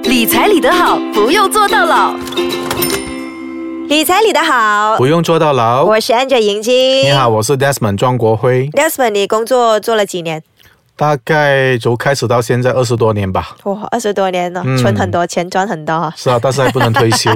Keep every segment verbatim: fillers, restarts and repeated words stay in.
理财理得好，不用做到老。 理财理得好， 不用做到老。 我是 Angel 银金。 你好，我是 Desmond 庄国辉。 Desmond， 你工作做了几年？ 大概从开始到现在二十多年吧。 哇，二十多年了，嗯、存很多钱，赚很多。 是啊，但是还不能退休。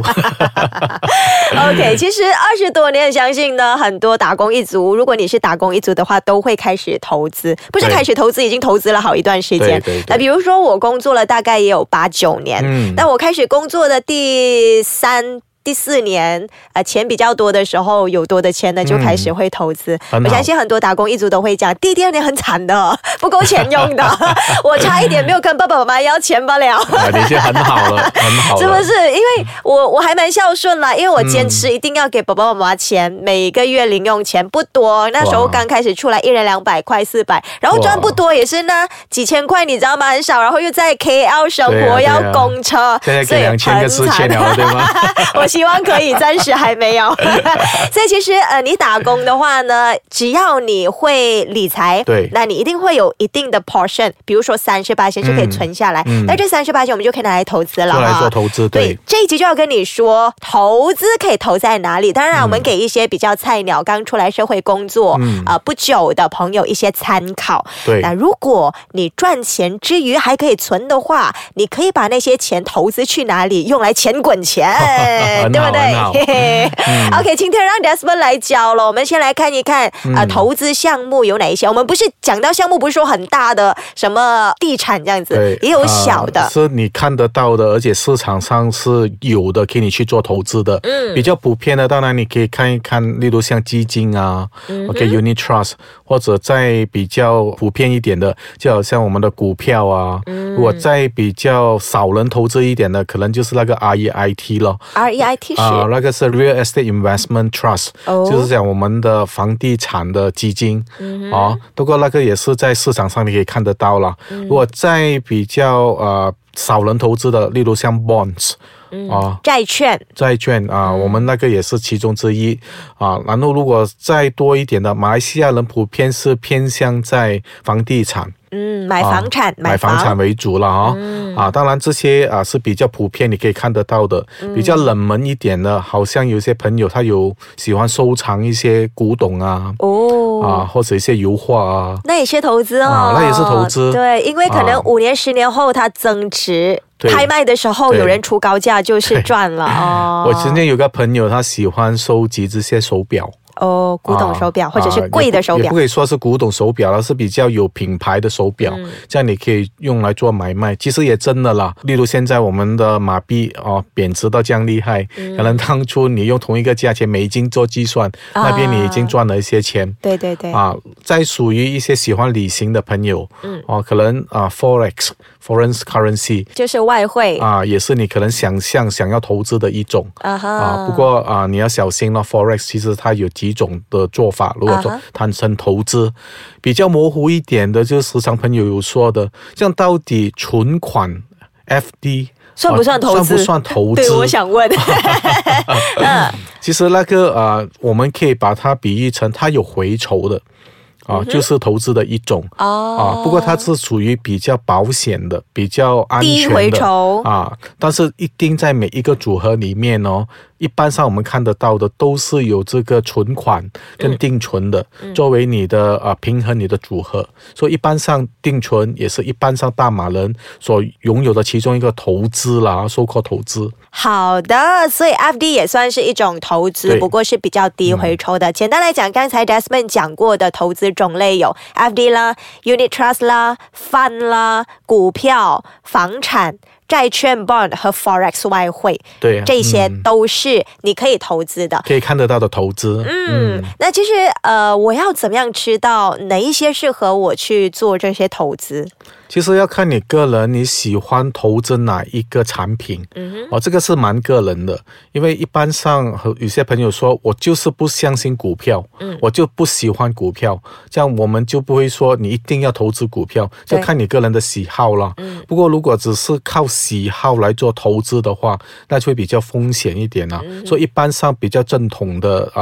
OK， 其实二十多年，相信呢，很多打工一族，如果你是打工一族的话，都会开始投资，不是开始投资，已经投资了好一段时间。 对对对。 那比如说我工作了大概也有八九年，嗯，那我开始工作的第三。第四年，呃，钱比较多的时候，有多的钱呢，就开始会投资。嗯、我相信很多打工一族都会讲，第第二年很惨的，不够钱用的，我差一点没有跟爸爸妈妈要钱罢了。 啊，你已经很好了，很好了。 是不是？因为我我还蛮孝顺啦，因为我坚持一定要给爸爸妈妈钱，嗯、每个月零用钱不多。那时候刚开始出来，一人两百块、四百，然后赚不多也是那几千块，你知道吗？很少。然后又在 K L 生活，啊啊、要公车， 现在给两千个四千了，对吗？ 我希望可以，暂时还没有。所以其实呃，你打工的话呢，只要你会理财， 对， 那你一定会有一定的 portion， 比如说三十八千是可以存下来，嗯、那这三十八千我们就可以拿来投资了， 就来做投资。对， 对，这一集就要跟你说投资可以投在哪里。当然，我们给一些比较菜鸟、刚出来社会工作、嗯、呃不久的朋友一些参考。 对， 那如果你赚钱之余还可以存的话，你可以把那些钱投资去哪里？用来钱滚钱，对不对？嗯、OK， 今天让 Desmond 来教了。我们先来看一看，嗯、呃，投资项目有哪一些？我们不是讲到项目，不是说很大的什么地产这样子，也有小的、呃， 是你看得到的，而且市场上是有的，给你去做投资的。嗯，比较普遍的，当然你可以看一看，例如像基金啊、嗯、，OK，Unit Trust， 或者再比较普遍一点的，就好像我们的股票啊。嗯，如果再比较少人投资一点的，可能就是那个 R E I T 咯。 R E I T 是啊、 呃，那个是 Real Estate Investment Trust，、oh. 就是讲我们的房地产的基金。嗯、mm-hmm. 哦，不过那个也是在市场上你可以看得到了。Mm-hmm. 如果再比较呃少人投资的，例如像 bonds。 嗯、啊，债券， 债券啊、嗯，我们那个也是其中之一啊。然后如果再多一点的，马来西亚人普遍是偏向在房地产， 嗯，买房产， 啊、买房产为主了啊、嗯。啊，当然这些啊是比较普遍，你可以看得到的。嗯、比较冷门一点的，好像有些朋友他有喜欢收藏一些古董啊，哦，啊或者一些油画啊， 那也是投资哦， 啊、那也是投资。 对，因为可能五年、啊、十年后它增值。拍卖的时候有人出高价就是赚了哦。 我曾经有个朋友，他喜欢收集这些手表。 哦，古董手表、啊、或者是贵的手表、 啊、也, 不也不可以说是古董手表，而是比较有品牌的手表、嗯、这样你可以用来做买卖。其实也真的啦，例如现在我们的马币哦贬值到这样厉害、嗯、可能当初你用同一个价钱美金做计算、啊、那边你已经赚了一些钱。 对对对啊，再属于一些喜欢旅行的朋友、嗯哦、可能啊 Forex Foreign Currency 就是外汇啊，也是你可能想象想要投资的一种、uh-huh. 啊。不过啊你要小心了， Forex 其实它有几种的做法，如果说谈成投资、uh-huh. 比较模糊一点的，就是时常朋友有说的，像到底存款 F D 算不算投资？ 算不算投资？ 对，我想问。 其实那个啊，我们可以把它比喻成它有回酬的。啊，就是投资的一种、哦、啊，不过它是属于比较保险的、比较安全的， 低回酬啊，但是一定在每一个组合里面哦，一般上我们看得到的都是有这个存款跟定存的，嗯、作为你的呃平衡你的组合，所以一般上定存也是一般上大马人所拥有的其中一个投资啦，收购投资。 好的，所以 F D 也算是一种投资，不过是比较低回酬的。嗯、简单来讲，刚才 Desmond 讲过的投资种类有 F D 啦、Unit Trust 啦、Fund 啦、股票、房产、债券 Bond 和 Forex 外汇， 对、啊， 这些都是你可以投资的， 可以看得到的投资。 嗯，嗯那其实呃，我要怎么样知道哪一些适合我去做这些投资？ 其实要看你个人，你喜欢投资哪一个产品。嗯哼，哦，这个是蛮个人的，因为一般上有些朋友说，我就是不相信股票，嗯，我就不喜欢股票，这样我们就不会说你一定要投资股票，就看你个人的喜好了。嗯，不过如果只是靠喜好来做投资的话，那就会比较风险一点啦。嗯、所以一般上比较正统的啊、呃、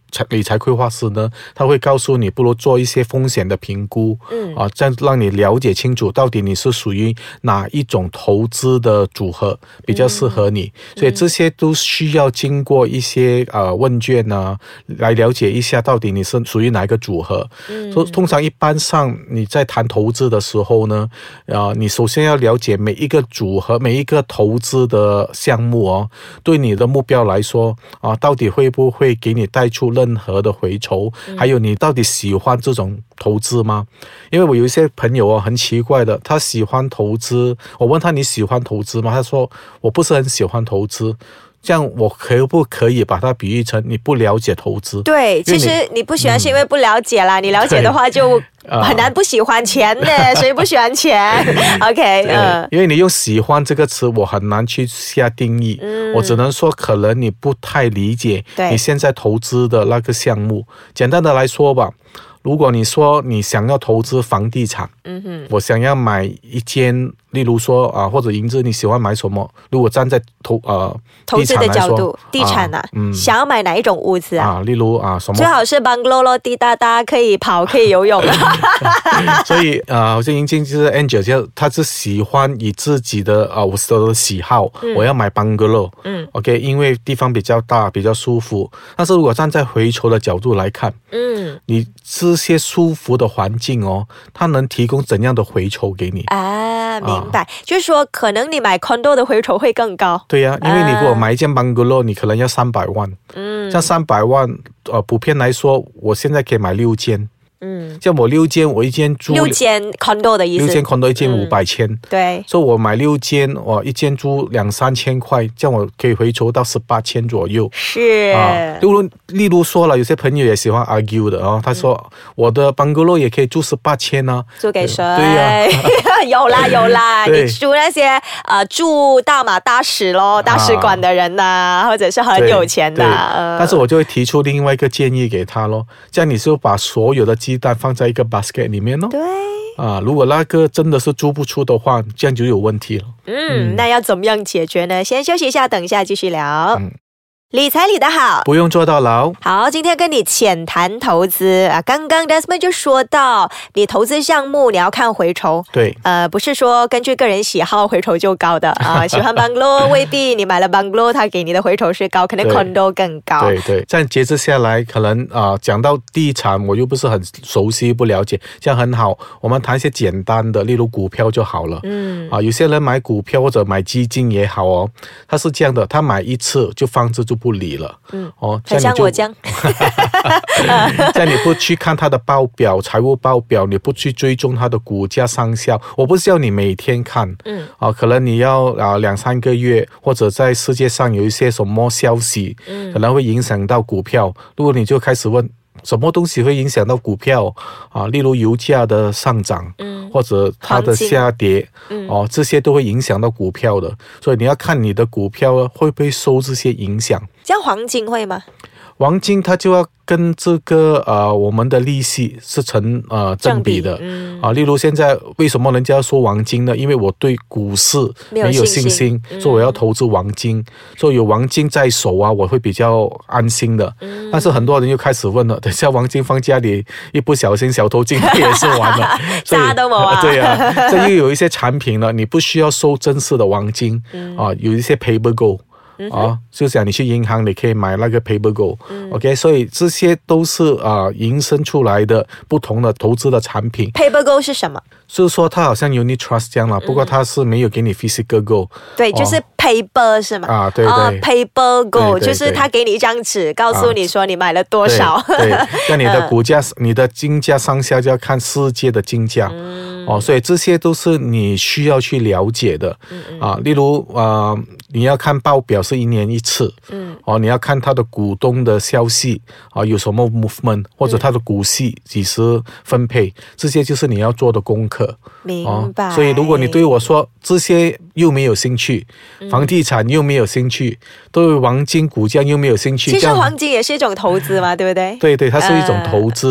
理财规划师呢，他会告诉你不如做一些风险的评估，嗯啊，这样让你了解清楚到底你是属于哪一种投资的组合比较适合你，嗯、所以这些都需要经过一些呃问卷呢、啊，来了解一下到底你是属于哪一个组合。嗯，所以通常一般上你在谈投资的时候呢，呃，你首先要了解每一个组合、每一个投资的项目哦，对你的目标来说啊，到底会不会给你带出任何的回酬？嗯、还有你到底喜欢这种投资吗？因为我有一些朋友哦，很奇怪的，他喜欢投资，我问他你喜欢投资吗？他说我不是很喜欢投资。这样我可不可以把它比喻成你不了解投资？ 对，其实你不喜欢是因为不了解啦，嗯、你了解的话就很难不喜欢钱的，谁不喜欢钱 ？OK， 嗯， 因为你用喜欢这个词，我很难去下定义，嗯、我只能说可能你不太理解你现在投资的那个项目。简单的来说吧。如果你说你想要投资房地产，嗯哼，我想要买一间，例如说啊，或者银子，你喜欢买什么？如果站在投呃投资的角度，地产啊，嗯，想要买哪一种屋子啊？ 啊，例如啊什么？ 最好是 bungalow 咯，地大大，可以跑，可以游泳。 所以啊，好像银静就是 Angel， 就他是喜欢以自己的啊我的喜好，嗯、我要买 bungalow，嗯 ，OK， 因为地方比较大，比较舒服。但是如果站在回酬的角度来看，嗯，你这些舒服的环境哦，它能提供怎样的回酬给你啊？明白，啊、就是说可能你买 condo 的回酬会更高。 对呀、啊，因为你如果买一间 bungalow，你可能要三百万，嗯，像三百万，呃，普遍来说，我现在可以买六间。嗯，像我六间，我一间租六间 condo 的意思， 六间 condo 一间五百千， 对， 所以我买六间，我一间租两三千块，这样我可以回酬到十八千左右。 是啊， 例如例如说了，有些朋友也喜欢 argue 的哦，他说、嗯、我的 bungalow 也可以租十八千呢， 租给谁？ 对呀、 啊，有啦有啦，你租那些呃住大马大使咯，大使馆的人呐、啊，或者是很有钱的、呃。 但是我就会提出另外一个建议给他咯，这样你就把所有的鸡蛋放在一个 basket 里面咯。 对啊，如果那个真的是租不出的话，这样就有问题了。 嗯，嗯那要怎么样解决呢？先休息一下，等一下继续聊。嗯理财理得好， 不用坐到牢。 好，今天跟你浅谈投资啊。刚刚 Desmond 就说到，你投资项目你要看回酬， 对， 呃，不是说根据个人喜好回酬就高的啊。喜欢 bungalow 未必你买了 bungalow， 它给你的回酬是高，可能 condo 更高。 对对，这样接着下来，可能啊、呃、讲到地产，我又不是很熟悉，不了解，这样很好。我们谈一些简单的，例如股票就好了。嗯，啊，有些人买股票或者买基金也好哦，他是这样的，他买一次就放着就不理了，嗯，哦， 很像我这样， 这样你不去看它的报表、财务报表，你不去追踪它的股价上下，我不是要你每天看，嗯，啊，可能你要啊两三个月，或者在世界上有一些什么消息，嗯，可能会影响到股票，如果你就开始问。什么东西会影响到股票啊？例如油价的上涨，嗯，或者它的下跌，嗯，哦，这些都会影响到股票的。所以你要看你的股票会不会受这些影响。 这样黄金会吗？ 黄金它就要跟这个呃我们的利息是成呃正比的，嗯啊，例如现在为什么人家要说黄金呢？因为我对股市没有信心，嗯、所以我要投资黄金，所以有黄金在手啊，我会比较安心的。嗯、但是很多人又开始问了，等下黄金放家里，一不小心小偷进来也是完了， 啥都没啊。 对啊，这又有一些产品呢，你不需要收真实的黄金，嗯、啊，有一些 paper gold。嗯、啊，就想你去银行，你可以买那个 paper gold，嗯、OK， 所以这些都是啊、呃、延伸出来的不同的投资的产品。 paper gold 是什么？ 就是说它好像 unit trust 这样了，不过它是没有给你 physical gold。 对，就是 paper 是吗？ 啊，对对、哦、 ，paper gold 就是他给你一张纸，告诉你说你买了多少。 对，那你的股价、你的金价上下就要看世界的金价。嗯、哦，所以这些都是你需要去了解的。嗯嗯啊，例如啊、呃，你要看报表是一年一次。嗯。哦，你要看它的股东的消息啊，有什么 movement， 或者它的股息几时分配，嗯、这些就是你要做的功课。 明白、哦。 所以如果你对我说这些又没有兴趣，嗯、房地产又没有兴趣，对黄金股价又没有兴趣， 其实黄金也是一种投资嘛，对不对？ 对对，它是一种投资。呃、这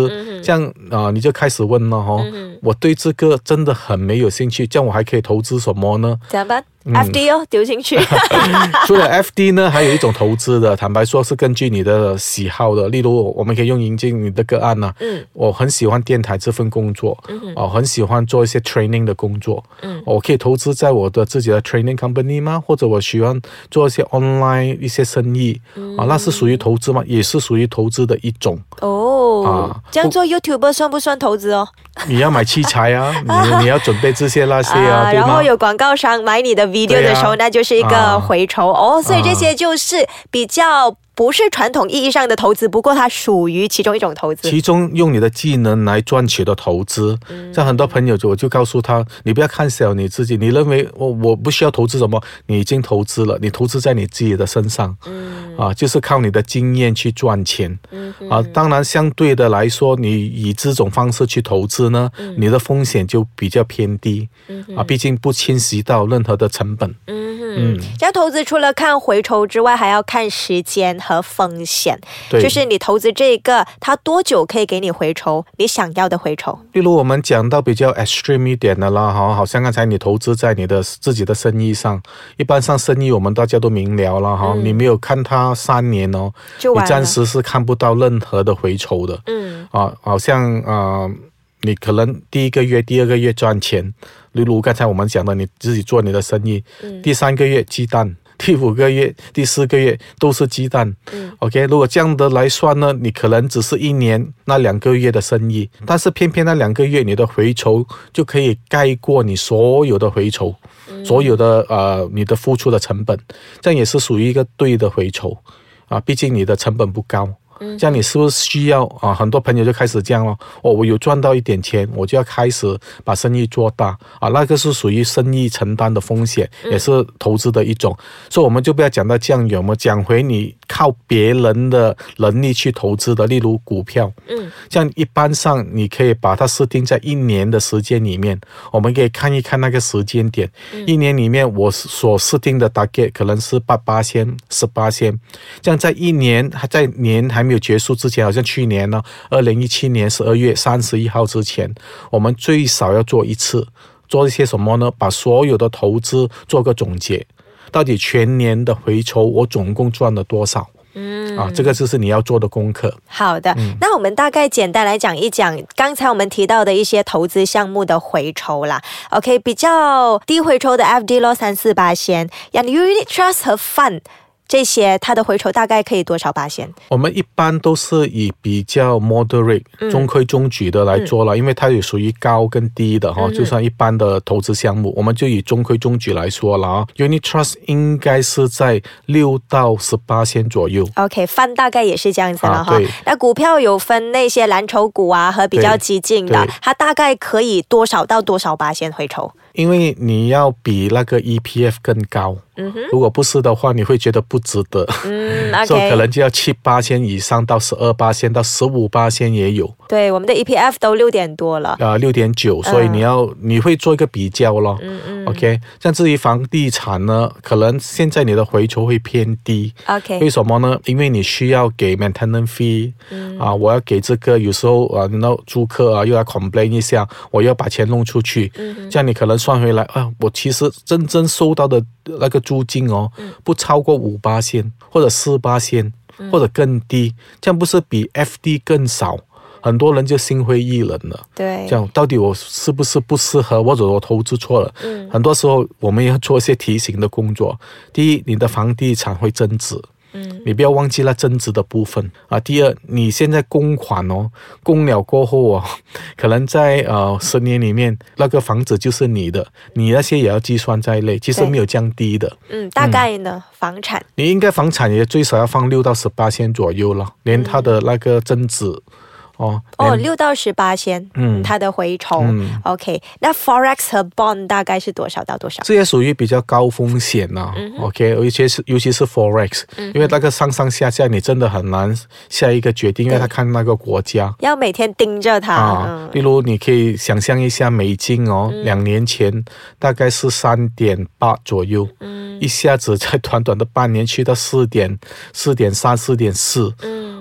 这样啊、呃，你就开始问了哦，嗯、我对这个真的很没有兴趣，这样我还可以投资什么呢？ 怎么办？嗯、F D 哦，丢进去。 除了 F D 呢，还有一种投资的，坦白说是根据你的喜好的。例如，我们可以用引进你的个案呢、啊。嗯，我很喜欢电台这份工作，嗯，哦，很喜欢做一些 training 的工作，嗯，我可以投资在我的自己的 training company 吗？或者我喜欢做一些 online 一些生意，嗯、啊，那是属于投资吗？也是属于投资的一种。 哦，啊，这样做 YouTuber 算不算投资哦？ 你要买器材啊，你你要准备这些那些啊， 啊对吗？ 然后有广告商买你的 video 的时候，啊、那就是一个回酬、啊、哦，所以这些就是比较不是传统意义上的投资，不过它属于其中一种投资。 其中用你的技能来赚取的投资，嗯、像很多朋友就我就告诉他，你不要看小你自己，你认为我我不需要投资什么，你已经投资了，你投资在你自己的身上，嗯、啊，就是靠你的经验去赚钱，嗯、啊，当然相对的来说，你以这种方式去投资呢，嗯、你的风险就比较偏低，嗯、啊，毕竟不侵袭到任何的成本。嗯嗯，这样投资除了看回酬之外，还要看时间和风险。对，就是你投资这个，它多久可以给你回酬你想要的回酬？ 例如我们讲到比较 extreme 一点的啦，哈，好像刚才你投资在你的自己的生意上，一般上生意我们大家都明了了哈，嗯、你没有看它三年哦，你暂时是看不到任何的回酬的。嗯，啊，好像啊、呃，你可能第一个月、第二个月赚钱。例如刚才我们讲的，你自己做你的生意，嗯、第三个月鸡蛋，第五个月、第四个月都是鸡蛋。嗯、OK， 如果这样的来算呢，你可能只是一年那两个月的生意，但是偏偏那两个月你的回酬就可以盖过你所有的回酬，嗯、所有的呃你的付出的成本，这样也是属于一个对的回酬啊，毕竟你的成本不高。这样你是不是需要啊？很多朋友就开始这样了。哦，我有赚到一点钱，我就要开始把生意做大啊。那个是属于生意承担的风险，也是投资的一种。嗯、所以我们就不要讲到这样远，我们讲回你靠别人的能力去投资的，例如股票。嗯，这样一般上你可以把它设定在一年的时间里面，我们可以看一看那个时间点。嗯、一年里面我所设定的 target 可能是八八仙、十八仙，这样在一年还在年还没有结束之前，好像去年呢，二零一七年十二月三十一号之前，我们最少要做一次，做一些什么呢？把所有的投资做个总结，到底全年的回酬我总共赚了多少？嗯，啊，这个就是你要做的功课。 好的，嗯、那我们大概简单来讲一讲刚才我们提到的一些投资项目的回酬啦。OK， 比较低回酬的 F D 咯，三四八仙，像 Unit Trust 和 Fund。这些它的回酬大概可以多少巴仙？ 我们一般都是以比较 moderate、嗯、中规中矩的来做了，嗯、因为它有属于高跟低的哈，嗯、就算一般的投资项目，我们就以中规中矩来说了啊。Unit Trust 应该是在六到十八仙左右。 OK， 翻大概也是这样子了哈。啊、那股票有分那些蓝筹股啊和比较激进的，它大概可以多少到多少巴仙回酬？ 因为你要比那个 E P F 更高。嗯、如果不是的话，你会觉得不值得。嗯 ，OK， 所以可能就要七八千以上到十二八千到十五八千也有。 对，我们的 E P F 都六点多了。 啊、呃，六点九，所以你要、嗯、你会做一个比较咯。嗯嗯。OK， 像至于房地产呢，可能现在你的回酬会偏低。 OK， 为什么呢？因为你需要给 maintenance fee，嗯、啊，我要给这个，有时候啊，那租客啊又要 complain 一下，我要把钱弄出去，嗯、这样你可能算回来啊，我其实真正收到的那个租金哦，嗯、不超过五八仙或者四八仙，嗯、或者更低，这样不是比 F D 更少？很多人就心灰意冷了。 对， 这样到底我是不是不适合，或者我投资错了？嗯，很多时候我们要做一些提醒的工作。第一，你的房地产会增值。嗯，你不要忘记了增值的部分啊。第二，你现在供款哦，供了过后哦，可能在呃十年里面，那个房子就是你的，你那些也要计算在内，其实没有降低的。 嗯，大概呢，嗯、房产你应该房产也最少要放六到十八千左右了，连它的那个增值。哦哦，六到十八千，嗯，它的回酬、嗯、，OK。那 Forex 和 Bond 大概是多少到多少？ 这也属于比较高风险呐、啊嗯、，OK。尤其是尤其是 Forex，、嗯、因为那个上上下下你真的很难下一个决定，因为他看那个国家， 要每天盯着它。啊， 嗯、例如你可以想象一下美金哦，嗯、两年前大概是三点八左右，嗯，一下子在短短的半年去到四点四点三、四点四，嗯。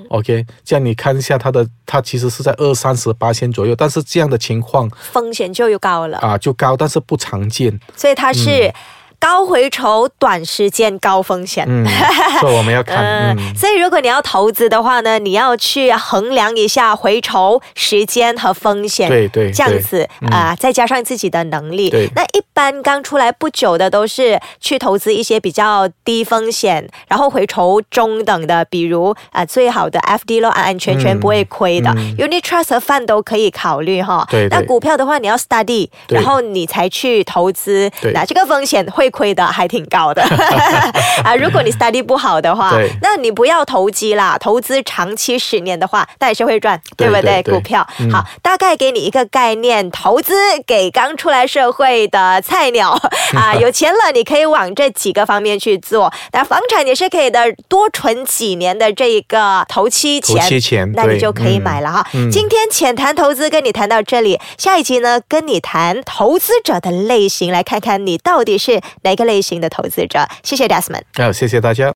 OK， 这样你看一下它的，它其实是在二三十八千左右，但是这样的情况风险就又高了啊，就高，但是不常见， 所以它是、嗯。高回酬、短时间、高风险， 嗯，所以我们要看。嗯， 所以如果你要投资的话呢，你要去衡量一下回酬、时间和风险， 对对， 这样子啊、呃，再加上自己的能力。 对， 那一般刚出来不久的都是去投资一些比较低风险，然后回酬中等的，比如啊、呃、最好的 F D 咯，安安全全不会亏的、嗯、，Unit Trust 和 Fund 都可以考虑哈。 对， 那股票的话，你要 study， 然后你才去投资，那这个风险会亏的还挺高的啊！如果你 study 不好的话，那你不要投机啦。投资长期十年的话，那也是会赚，对不对？ 对对对股票、 嗯、 好，大概给你一个概念，投资给刚出来社会的菜鸟啊，有钱了你可以往这几个方面去做。那房产也是可以的，多存几年的这一个头期钱， 头期钱， 那你就可以买了哈、嗯。今天浅谈投资跟你谈到这里，下一集呢跟你谈投资者的类型，来看看你到底是哪个类型的投资者。谢谢 Desmond， 好，谢谢大家。